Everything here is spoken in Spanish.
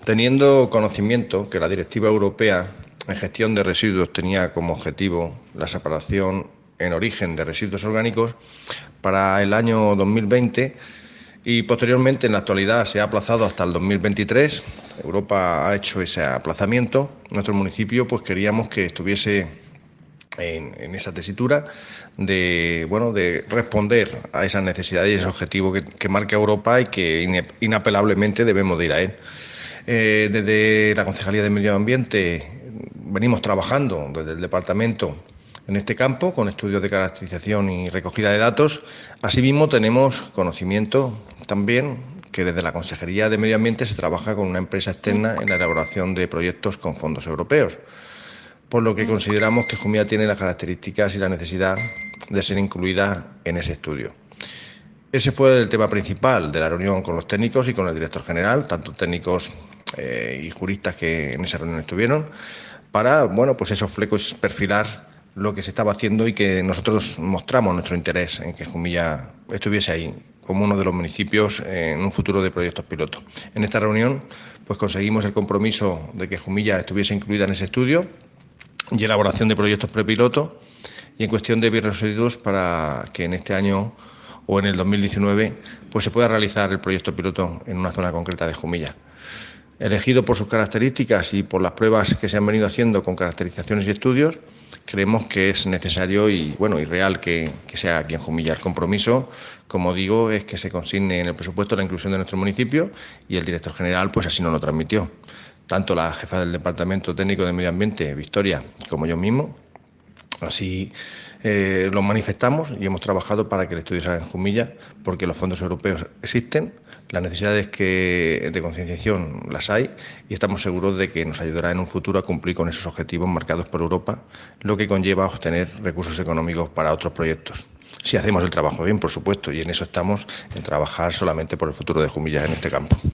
Teniendo conocimiento que la Directiva Europea en gestión de residuos tenía como objetivo la separación en origen de residuos orgánicos para el año 2020 y posteriormente en la actualidad se ha aplazado hasta el 2023, Europa ha hecho ese aplazamiento, nuestro municipio pues queríamos que estuviese en esa tesitura de responder a esas necesidades y ese objetivo que marca Europa y que inapelablemente debemos de ir a él. Desde la Concejalía de Medio Ambiente venimos trabajando desde el departamento en este campo con estudios de caracterización y recogida de datos. Asimismo, tenemos conocimiento también que desde la Consejería de Medio Ambiente se trabaja con una empresa externa en la elaboración de proyectos con fondos europeos, por lo que consideramos que Jumilla tiene las características y la necesidad de ser incluida en ese estudio. Ese fue el tema principal de la reunión con los técnicos y con el director general, tanto técnicos y juristas que en esa reunión estuvieron, para, pues esos flecos perfilar lo que se estaba haciendo y que nosotros mostramos nuestro interés en que Jumilla estuviese ahí como uno de los municipios en un futuro de proyectos piloto. En esta reunión pues conseguimos el compromiso de que Jumilla estuviese incluida en ese estudio y elaboración de proyectos prepiloto y en cuestión de bioresiduos para que en este año o en el 2019 pues se pueda realizar el proyecto piloto en una zona concreta de Jumilla. Elegido por sus características y por las pruebas que se han venido haciendo con caracterizaciones y estudios, creemos que es necesario y real que se haga aquí en Jumilla. El compromiso, como digo, es que se consigne en el presupuesto la inclusión de nuestro municipio y el director general pues así nos lo transmitió. Tanto la jefa del Departamento Técnico de Medio Ambiente, Victoria, como yo mismo, así lo manifestamos y hemos trabajado para que el estudio salga en Jumilla, porque los fondos europeos existen, las necesidades de concienciación las hay y estamos seguros de que nos ayudará en un futuro a cumplir con esos objetivos marcados por Europa, lo que conlleva obtener recursos económicos para otros proyectos. Si hacemos el trabajo bien, por supuesto, y en eso estamos, en trabajar solamente por el futuro de Jumilla en este campo.